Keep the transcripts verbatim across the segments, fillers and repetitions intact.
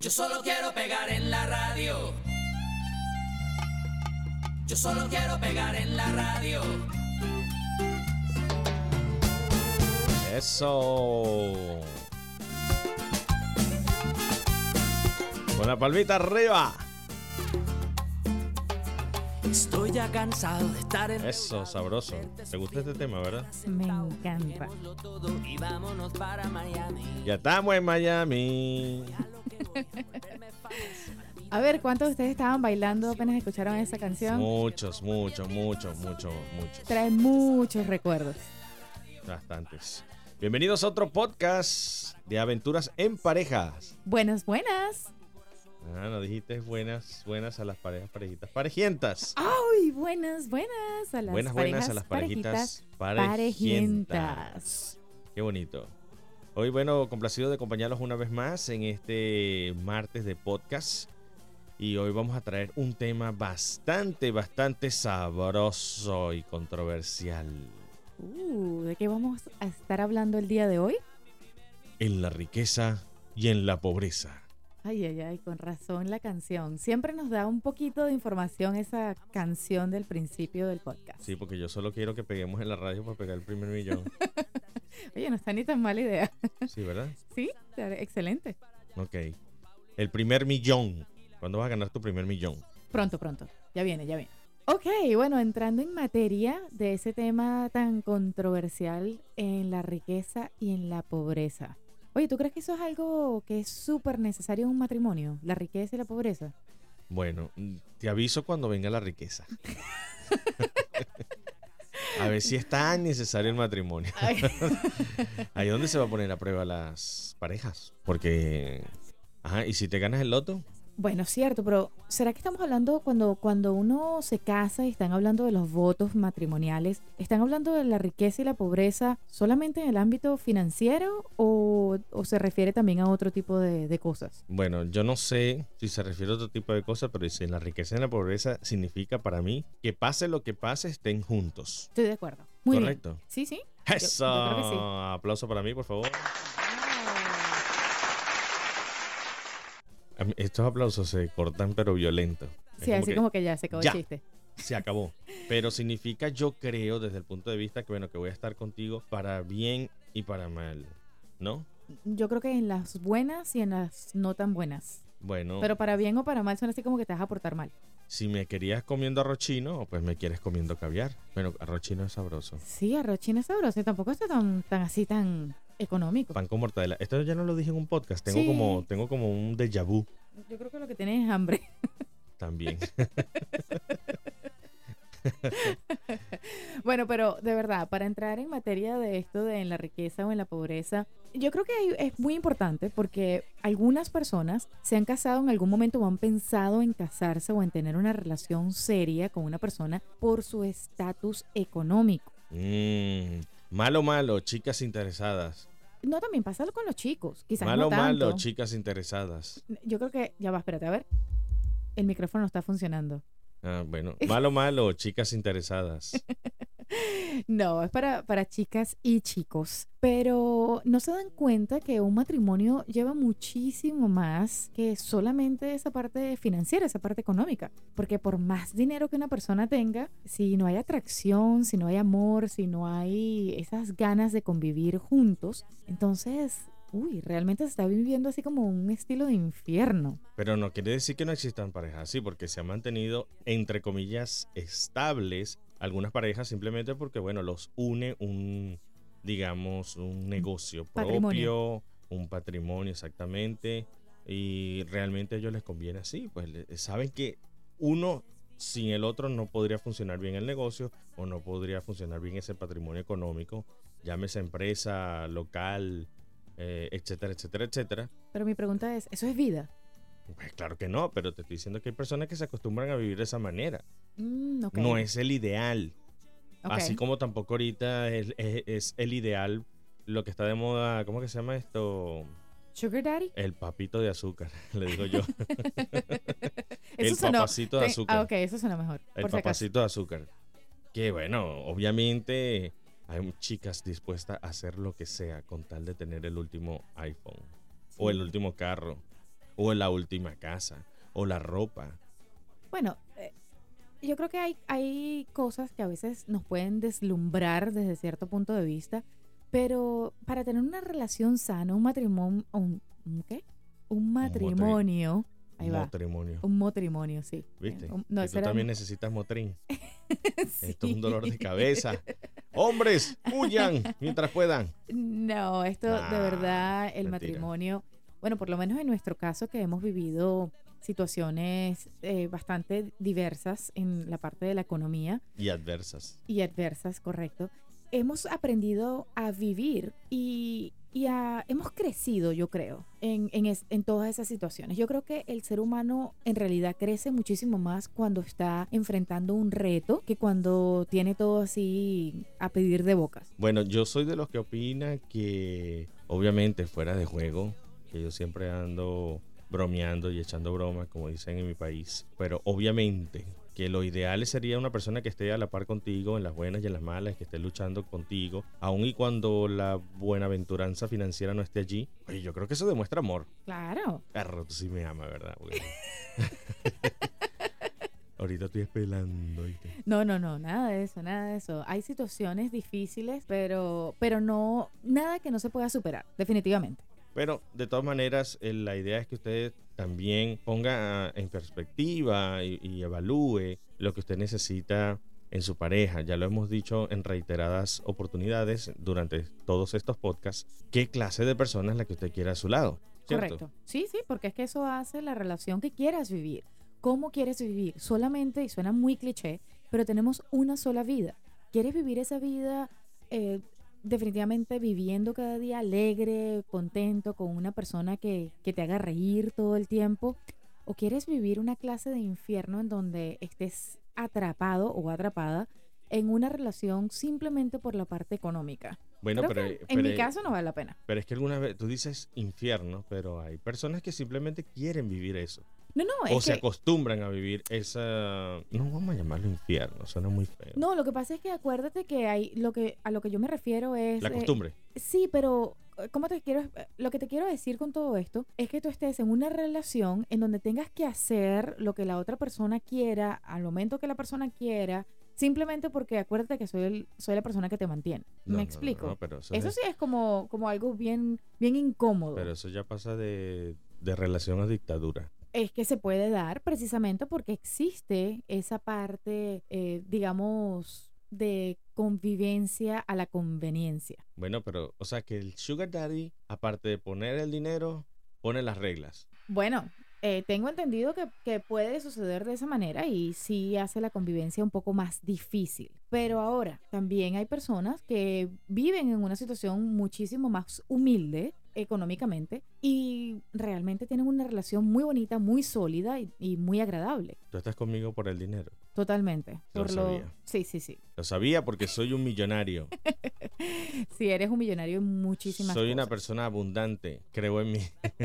Yo solo quiero pegar en la radio. Yo solo quiero pegar en la radio. Eso. Con la palmita arriba. Estoy ya cansado de estar en... Eso, sabroso. ¿Te gusta este tema, verdad? Me encanta. Y vámonos para Miami. Ya estamos en Miami. A ver, ¿cuántos de ustedes estaban bailando apenas escucharon esa canción? Muchos, muchos, muchos, muchos, muchos. Trae muchos recuerdos. Bastantes. Bienvenidos a otro podcast de aventuras en parejas. Buenas, buenas. Ah, no dijiste buenas, buenas a las parejas, parejitas, parejientas. ¡Ay! Buenas, buenas a las Buenas, parejas, buenas a las parejitas, parejitas. parejientas. Qué bonito. Hoy, bueno, complacido de acompañarlos una vez más en este martes de podcast. Y hoy vamos a traer un tema bastante, bastante sabroso y controversial. Uh, ¿de qué vamos a estar hablando el día de hoy? En la riqueza y en la pobreza. Ay, ay, ay, con razón la canción. Siempre nos da un poquito de información esa canción del principio del podcast. Sí, porque yo solo quiero que peguemos en la radio para pegar el primer millón. Oye, no está ni tan mala idea. Sí, ¿verdad? Sí, excelente. Ok. El primer millón. ¿Cuándo vas a ganar tu primer millón? Pronto, pronto. Ya viene, ya viene. Ok, bueno, entrando en materia de ese tema tan controversial en la riqueza y en la pobreza. Oye, ¿tú crees que eso es algo que es súper necesario en un matrimonio? ¿La riqueza y la pobreza? Bueno, te aviso cuando venga la riqueza. A ver si es tan necesario el matrimonio. Ahí es donde se va a poner a prueba las parejas. Porque, ajá, ¿y si te ganas el loto? Bueno, cierto, pero ¿será que estamos hablando cuando, cuando uno se casa y están hablando de los votos matrimoniales, están hablando de la riqueza y la pobreza solamente en el ámbito financiero o, o se refiere también a otro tipo de, de cosas? Bueno, yo no sé si se refiere a otro tipo de cosas, pero si la riqueza y la pobreza significa para mí que pase lo que pase, estén juntos. Estoy de acuerdo. Muy ¿correcto? Bien. Sí, sí. ¡Eso! Yo, yo creo que sí. Aplauso para mí, por favor. Estos aplausos se cortan pero violento. Sí, como así que, como que ya se acabó ya, el chiste. Se acabó. Pero significa, yo creo, desde el punto de vista que, bueno, que voy a estar contigo para bien y para mal, ¿no? Yo creo que en las buenas y en las no tan buenas. Bueno. Pero para bien o para mal suena así como que te vas a portar mal. Si me querías comiendo arroz chino, o pues me quieres comiendo caviar. Bueno, arroz chino es sabroso. Sí, arroz chino es sabroso y tampoco está tan, tan así, tan económico. Pan con mortadela. Esto ya no lo dije en un podcast. Tengo, sí. como, tengo como un déjà vu. Yo creo que lo que tienes es hambre. También. Bueno, pero de verdad, para entrar en materia de esto de en la riqueza o en la pobreza, yo creo que es muy importante porque algunas personas se han casado en algún momento o han pensado en casarse o en tener una relación seria con una persona por su estatus económico. Mm, malo, malo, chicas interesadas. No, también pasa con los chicos, quizás malo, no tanto. Malo, malo, chicas interesadas. Yo creo que, ya va, espérate, a ver. El micrófono no está funcionando. Ah, bueno, malo, malo, chicas interesadas. No, es para, para chicas y chicos. Pero no se dan cuenta que un matrimonio lleva muchísimo más que solamente esa parte financiera, esa parte económica. Porque por más dinero que una persona tenga, si no hay atracción, si no hay amor, si no hay esas ganas de convivir juntos, entonces... Uy, realmente se está viviendo así como un estilo de infierno. Pero no quiere decir que no existan parejas así, porque se han mantenido, entre comillas, estables algunas parejas simplemente porque, bueno, los une un, digamos, un negocio patrimonio. propio, un patrimonio exactamente, y realmente a ellos les conviene así, pues saben que uno sin el otro no podría funcionar bien el negocio o no podría funcionar bien ese patrimonio económico, llámese empresa, local, Eh, etcétera, etcétera, etcétera. Pero mi pregunta es, ¿eso es vida? Pues claro que no, pero te estoy diciendo que hay personas que se acostumbran a vivir de esa manera. Mm, okay. No es el ideal. Okay. Así como tampoco ahorita es, es, es el ideal lo que está de moda, ¿cómo que se llama esto? ¿Sugar Daddy? El papito de azúcar, le digo yo. El sonó, papacito de azúcar. Ah, ok, eso suena mejor. El papacito de azúcar. Que bueno, obviamente... hay chicas dispuestas a hacer lo que sea con tal de tener el último iPhone, sí, o el último carro o la última casa, o la ropa. Bueno, eh, yo creo que hay, hay cosas que a veces nos pueden deslumbrar desde cierto punto de vista, pero para tener una relación sana, un matrimonio, un, ¿un qué? Un matrimonio, ahí va, Matrimonio. un matrimonio, sí. ¿Viste? Eh, un- no, Y ese tú era también un- necesitas motrín. Sí. Esto es un dolor de cabeza. Hombres, huyan mientras puedan. No, esto de Nah, verdad, el mentira. matrimonio, bueno, por lo menos en nuestro caso que hemos vivido situaciones eh, bastante diversas en la parte de la economía Y adversas. y adversas, correcto, hemos aprendido a vivir y, y a- hemos crecido, yo creo, en, en, es- en todas esas situaciones. Yo creo que el ser humano en realidad crece muchísimo más cuando está enfrentando un reto que cuando tiene todo así a pedir de bocas. Bueno, yo soy de los que opina que, obviamente, fuera de juego, que yo siempre ando bromeando y echando bromas, como dicen en mi país, pero obviamente que lo ideal sería una persona que esté a la par contigo en las buenas y en las malas, que esté luchando contigo, aun y cuando la buenaventuranza financiera no esté allí. Oye, yo creo que eso demuestra amor. Claro. Perro, tú sí me amas, ¿verdad? Porque- Ahorita estoy esperando. ¿Oíste? No, no, no, nada de eso, nada de eso. Hay situaciones difíciles, pero, pero no, nada que no se pueda superar, definitivamente. Pero de todas maneras, eh, la idea es que usted también ponga ah, en perspectiva y, y evalúe lo que usted necesita en su pareja. Ya lo hemos dicho en reiteradas oportunidades durante todos estos podcasts. ¿Qué clase de persona es la que usted quiere a su lado? ¿Cierto? Correcto. Sí, sí, porque es que eso hace la relación que quieras vivir. ¿Cómo quieres vivir? Solamente, y suena muy cliché, pero tenemos una sola vida. ¿Quieres vivir esa vida eh, definitivamente viviendo cada día alegre, contento, con una persona que, que te haga reír todo el tiempo? ¿O quieres vivir una clase de infierno en donde estés atrapado o atrapada en una relación simplemente por la parte económica? Bueno, Creo pero, que en pero- mi caso no vale la pena. pero es que alguna vez tú dices infierno, pero hay personas que simplemente quieren vivir eso. No, no, O es se que... acostumbran a vivir esa... No vamos a llamarlo infierno, suena muy feo. No, lo que pasa es que acuérdate que hay lo que a lo que yo me refiero es La eh, costumbre. sí, pero eh, ¿cómo te quiero eh, lo que te quiero decir con todo esto es que tú estés en una relación en donde tengas que hacer lo que la otra persona quiera al momento que la persona quiera, simplemente porque acuérdate que soy el, soy la persona que te mantiene. No, ¿Me no, explico? no, no, pero eso, Eso es- sí es como como algo bien bien incómodo. pero eso ya pasa de, de relación a dictadura. Es que se puede dar precisamente porque existe esa parte, eh, digamos, de convivencia a la conveniencia. Bueno, pero, o sea, que el Sugar Daddy, aparte de poner el dinero, pone las reglas. Bueno, eh, tengo entendido que, que puede suceder de esa manera y sí hace la convivencia un poco más difícil. Pero ahora, también hay personas que viven en una situación muchísimo más humilde económicamente y realmente tienen una relación muy bonita, muy sólida y, y muy agradable. Tú estás conmigo por el dinero. Totalmente. Lo Por sabía. Sí, sí, sí. Lo sabía porque soy un millonario. Sí, eres un millonario en muchísimas Soy una cosas. persona abundante. Creo en mí.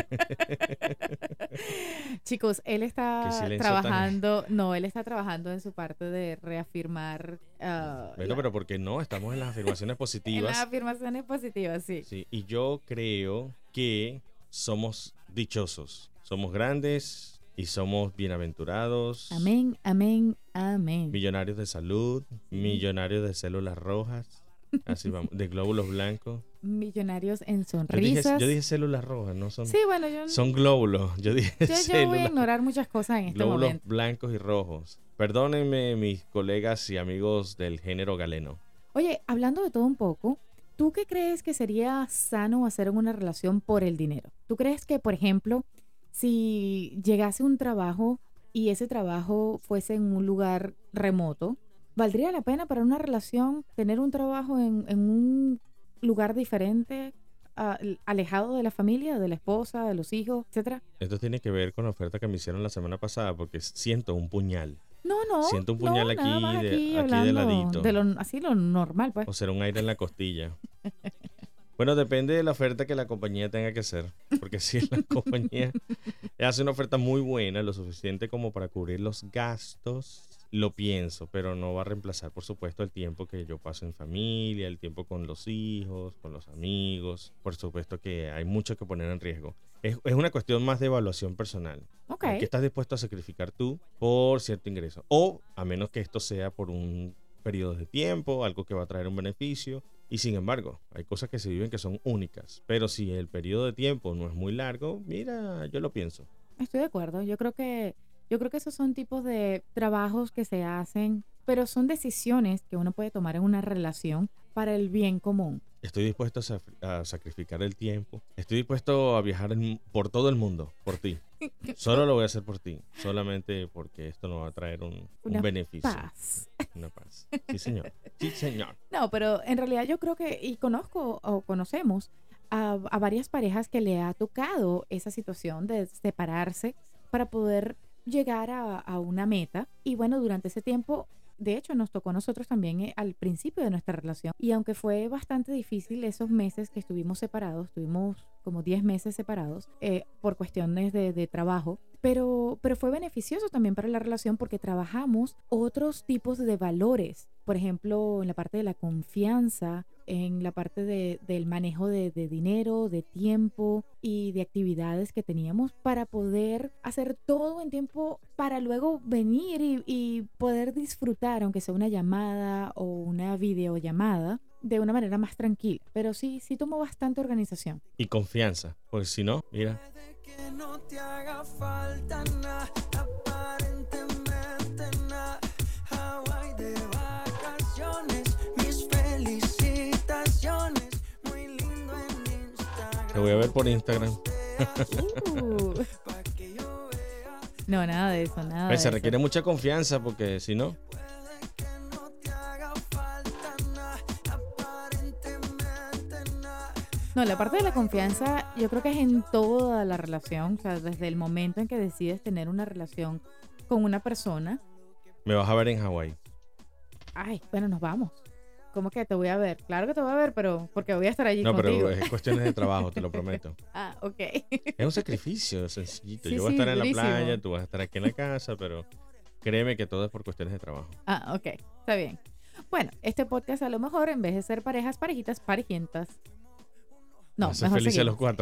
Chicos, él Qué está silencio trabajando, no, él está trabajando en su parte de reafirmar ah, Bueno, la- pero porque no, estamos en las afirmaciones en las positivas. afirmaciones positivas, sí. Sí, y yo creo que somos dichosos. Somos grandes y somos bienaventurados. Amén, amén, amén. Millonarios de salud, millonarios de células rojas. Así vamos, de glóbulos blancos. Millonarios en Yo dije, sonrisas. yo dije células rojas, no son, Sí, bueno, yo, son glóbulos. Yo dije yo, yo voy a células. ignorar muchas cosas en este Glóbulos momento. blancos y rojos. Perdónenme mis colegas y amigos del género galeno. Oye, hablando de todo un poco, ¿tú qué crees que sería sano hacer en una relación por el dinero? ¿Tú crees que, por ejemplo, si llegase un trabajo y ese trabajo fuese en un lugar remoto, ¿valdría la pena para una relación tener un trabajo en, en un lugar diferente, ah, alejado de la familia, de la esposa, de los hijos, etcétera? Esto tiene que ver con la oferta que me hicieron la semana pasada porque siento un puñal. No, no. Siento un puñal no, aquí nada más de- aquí de hablando ladito. de lo, así lo normal, pues. O será un aire en la costilla. Bueno, depende de la oferta que la compañía tenga que hacer. Porque si la compañía hace una oferta muy buena, lo suficiente como para cubrir los gastos lo pienso, pero no va a reemplazar, por supuesto, el tiempo que yo paso en familia, el tiempo con los hijos, con los amigos. Por supuesto que hay mucho que poner en riesgo. Es, es una cuestión más de evaluación personal. Ok. ¿Qué estás dispuesto a sacrificar tú por cierto ingreso? O a menos que esto sea por un periodo de tiempo, algo que va a traer un beneficio. Y sin embargo, hay cosas que se viven que son únicas. Pero si el periodo de tiempo no es muy largo, mira, yo lo pienso. Estoy de acuerdo. Yo creo que, yo creo que esos son tipos de trabajos que se hacen, pero son decisiones que uno puede tomar en una relación para el bien común. Estoy dispuesto a, saf- a sacrificar el tiempo. Estoy dispuesto a viajar en- por todo el mundo, por ti. Solo lo voy a hacer por ti. Solamente porque esto nos va a traer un, un Una beneficio. paz. Una paz. Sí, señor. Sí, señor. No, pero en realidad yo creo que, y conozco o conocemos a, a varias parejas que le ha tocado esa situación de separarse para poder llegar a, a una meta. Y bueno, durante ese tiempo, de hecho, nos tocó a nosotros también eh, al principio de nuestra relación. Y aunque fue bastante difícil esos meses que estuvimos separados, estuvimos como diez meses separados eh, por cuestiones de, de trabajo, pero, pero fue beneficioso también para la relación porque trabajamos otros tipos de valores. Por ejemplo, en la parte de la confianza, en la parte de, del manejo de, de dinero, de tiempo y de actividades que teníamos para poder hacer todo en tiempo para luego venir y, y poder disfrutar, aunque sea una llamada o una videollamada, de una manera más tranquila. Pero sí, sí tomó bastante organización. Y confianza. Porque si no, mira. Que no te haga falta nada, aparentemente nada. Hawaii de vacaciones, mis felicitaciones. Muy lindo en Instagram. Te voy a ver por Instagram. Uh. No, nada de eso, nada Pues de se eso. requiere mucha confianza porque si no, Que no te haga falta nada, aparentemente nada. No, la parte de la confianza yo creo que es en toda la relación, o sea, desde el momento en que decides tener una relación con una persona. me vas a ver en Hawái. Ay, bueno, nos vamos. ¿Cómo que te voy a ver? Claro que te voy a ver, pero porque voy a estar allí No, contigo. pero es cuestiones de trabajo, te lo prometo. Ah, ok. Es un sacrificio sencillito. Sí, Yo voy a sí, estar en durísimo. la playa, tú vas a estar aquí en la casa, pero créeme que todo es por cuestiones de trabajo. Ah, ok, está bien. Bueno, este podcast a lo mejor en vez de ser parejas, parejitas, parejientas. No, Va a ser mejor felices los seguimos. cuatro.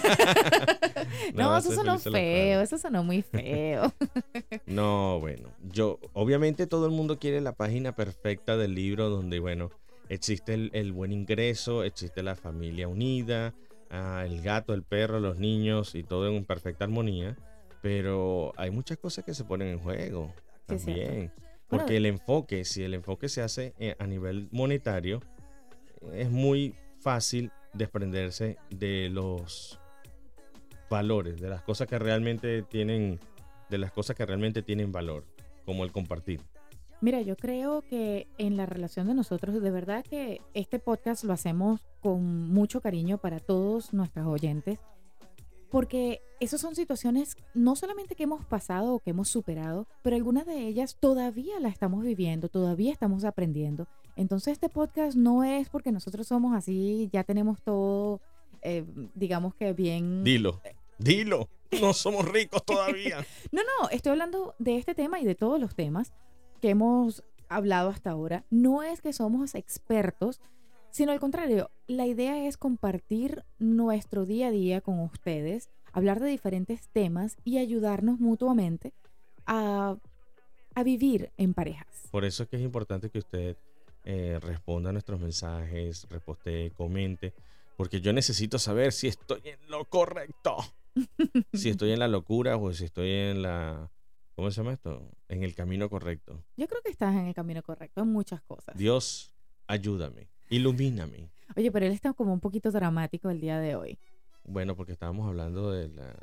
No, va a eso ser sonó felices los feo, cuatro. eso sonó muy feo. No, bueno, yo, obviamente todo el mundo quiere la página perfecta del libro donde, bueno, existe el, el buen ingreso, existe la familia unida, ah, el gato, el perro, los niños y todo en perfecta armonía, pero hay muchas cosas que se ponen en juego Sí, es cierto. también, Bueno, porque el enfoque, si el enfoque se hace eh, a nivel monetario, es muy fácil desprenderse de los valores, de las cosas que realmente tienen, de las cosas que realmente tienen valor, como el compartir. Mira, yo creo que en la relación de nosotros, de verdad que este podcast lo hacemos con mucho cariño para todos nuestros oyentes, porque esas son situaciones no solamente que hemos pasado o que hemos superado, pero algunas de ellas todavía las estamos viviendo, todavía estamos aprendiendo. Entonces este podcast no es porque nosotros somos así, ya tenemos todo, eh, digamos que bien... Dilo, dilo, no somos ricos todavía. No, no, estoy hablando de este tema y de todos los temas que hemos hablado hasta ahora. No es que somos expertos, sino al contrario, la idea es compartir nuestro día a día con ustedes, hablar de diferentes temas y ayudarnos mutuamente a, a vivir en parejas. Por eso es que es importante que usted eh, responda a nuestros mensajes, repostee, comente, porque yo necesito saber si estoy en lo correcto, si estoy en la locura o si estoy en la... ¿Cómo se llama esto? En el camino correcto. Yo creo que estás en el camino correcto en muchas cosas. Dios, ayúdame, ilumíname. Oye, pero él está como un poquito dramático el día de hoy. Bueno, porque estábamos hablando de la,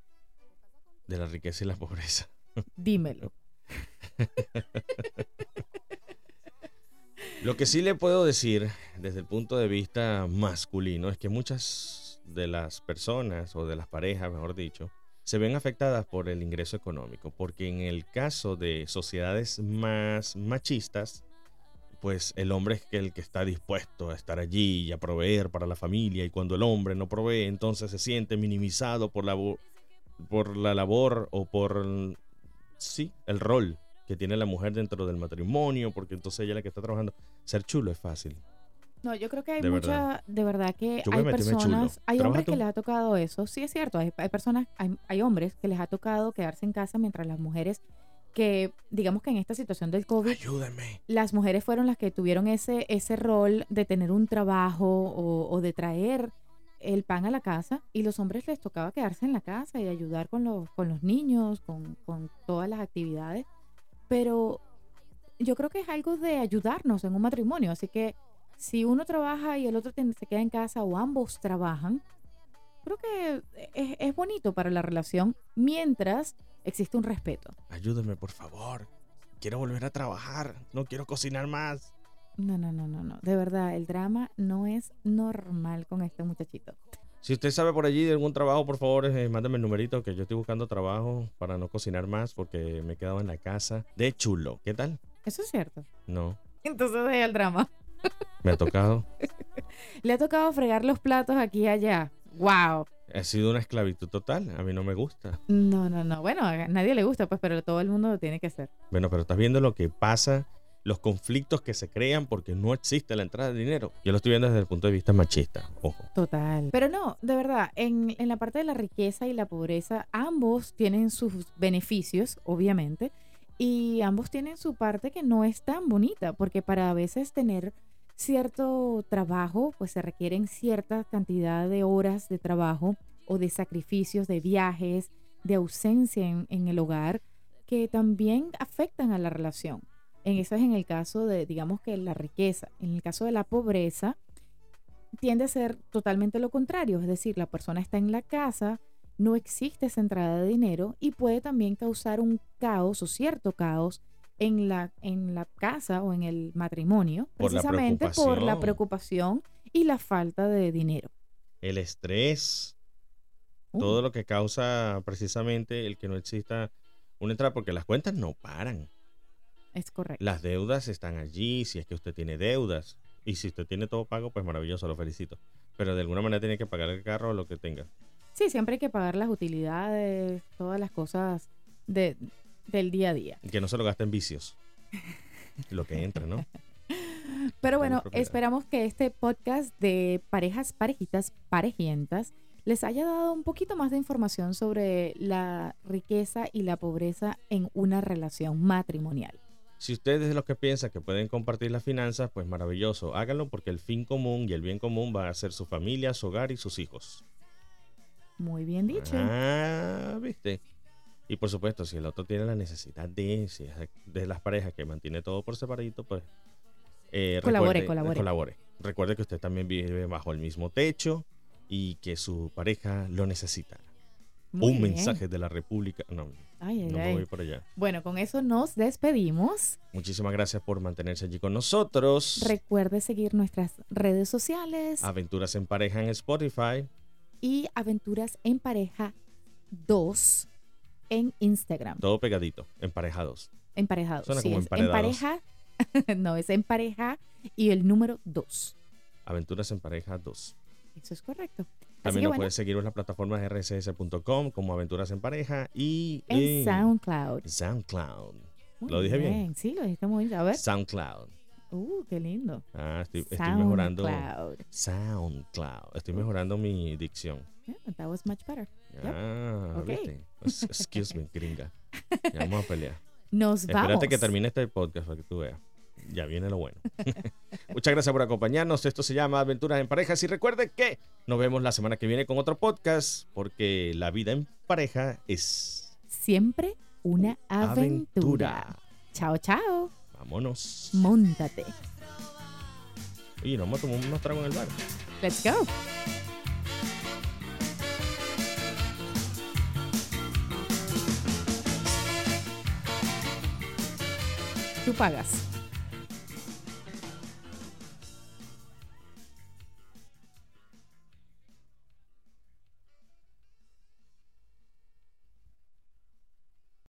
de la riqueza y la pobreza. Dímelo. Lo que sí le puedo decir desde el punto de vista masculino es que muchas de las personas o de las parejas, mejor dicho, se ven afectadas por el ingreso económico, porque en el caso de sociedades más machistas, pues el hombre es el que está dispuesto a estar allí y a proveer para la familia, y cuando el hombre no provee, entonces se siente minimizado por la, por la labor o por, sí, el rol que tiene la mujer dentro del matrimonio, porque entonces ella es la que está trabajando. Ser chulo es fácil. No, yo creo que hay De mucha, verdad. de verdad que Yo voy a hay meterme personas, chulo. hay ¿Trabajas hombres que tú? les ha tocado eso. Sí, es cierto, hay, hay personas, hay, hay hombres que les ha tocado quedarse en casa mientras las mujeres que, digamos que en esta situación del COVID, Ayúdame. las mujeres fueron las que tuvieron ese, ese rol de tener un trabajo o, o de traer el pan a la casa y los hombres les tocaba quedarse en la casa y ayudar con los, con los niños, con, con todas las actividades. Pero yo creo que es algo de ayudarnos en un matrimonio. Así que si uno trabaja y el otro tiene- se queda en casa o ambos trabajan, creo que es, es bonito para la relación mientras existe un respeto. Ayúdame, por favor. Quiero volver a trabajar. No quiero cocinar más. No, no, no, no, no. De verdad, el drama no es normal con este muchachito. Si usted sabe por allí de algún trabajo, por favor, eh, mándame el numerito que yo estoy buscando trabajo para no cocinar más porque me he quedado en la casa de chulo. ¿Qué tal? Eso es cierto. No, Entonces deja el drama. me ha tocado. Le ha tocado fregar los platos aquí y allá. ¡Wow! Ha sido una esclavitud total. A mí no me gusta. No, no, no. Bueno, a nadie le gusta, pues, pero todo el mundo lo tiene que hacer. Bueno, pero estás viendo lo que pasa, los conflictos que se crean porque no existe la entrada de dinero. Yo lo estoy viendo desde el punto de vista machista. Ojo. Total. Pero no, de verdad, en, en la parte de la riqueza y la pobreza, ambos tienen sus beneficios, obviamente, y ambos tienen su parte que no es tan bonita, porque para a veces tener cierto trabajo, pues se requieren cierta cantidad de horas de trabajo o de sacrificios, de viajes, de ausencia en, en el hogar, que también afectan a la relación. En eso es en el caso de, digamos que la riqueza. En el caso de la pobreza, tiende a ser totalmente lo contrario, es decir, la persona está en la casa, no existe esa entrada de dinero y puede también causar un caos o cierto caos en la, en la casa o en el matrimonio, Por la precisamente por la preocupación. preocupación y la falta de dinero. El estrés, Uh, todo lo que causa precisamente el que no exista una entrada, porque las cuentas no paran. es correcto. Las deudas están allí, si es que usted tiene deudas. Y si usted tiene todo pago, pues maravilloso, lo felicito. Pero de alguna manera tiene que pagar el carro o lo que tenga. Sí, siempre hay que pagar las utilidades, todas las cosas de, del día a día. Y que no se lo gaste en vicios. Lo que entra, ¿no? Pero Con bueno, propiedad. esperamos que este podcast de parejas, parejitas, parejientas les haya dado un poquito más de información sobre la riqueza y la pobreza en una relación matrimonial. Si ustedes de los que piensan que pueden compartir las finanzas, pues maravilloso. Háganlo porque el fin común y el bien común va a ser su familia, su hogar y sus hijos. Muy bien dicho. Ah, ¿viste? Y por supuesto, si el otro tiene la necesidad de, si es de las parejas que mantiene todo por separadito, pues eh, Colabore, recuerde- colabore. colabore. Recuerde que usted también vive bajo el mismo techo y que su pareja lo necesita. Muy Un bien. mensaje de la República. No, Ay, ay, no me ay. voy por allá. Bueno, con eso nos despedimos. Muchísimas gracias por mantenerse allí con nosotros. Recuerde seguir nuestras redes sociales Aventuras en Pareja en Spotify. y Aventuras en Pareja dos en Instagram. Todo pegadito, emparejados. Emparejados. Suena Sí, como es emparedados. en pareja. No, es en pareja y el número dos. Aventuras en Pareja dos. Eso es correcto. Así También que nos bueno, puedes seguir en las plataformas r s s punto com como Aventuras en Pareja y en SoundCloud. SoundCloud. Muy ¿Lo dije bien? Sí, lo dijiste muy bien. A ver. SoundCloud. Uh, qué lindo. Ah, estoy, estoy mejorando. SoundCloud. SoundCloud. Estoy mejorando mi dicción. Yeah, that was much better. Ah, Ok. ¿viste? Es- Excuse me, gringa. Ya vamos a pelear. Nos vamos. Espérate que termine este podcast para que tú veas. Ya viene lo bueno. Muchas gracias por acompañarnos. Esto se llama Aventuras en Parejas. Y recuerden que nos vemos la semana que viene con otro podcast, porque la vida en pareja es Siempre una aventura. aventura. Chao, chao. Vámonos. Móntate. Oye, nos vamos a tomar unos tragos en el bar. Let's go. Tú pagas.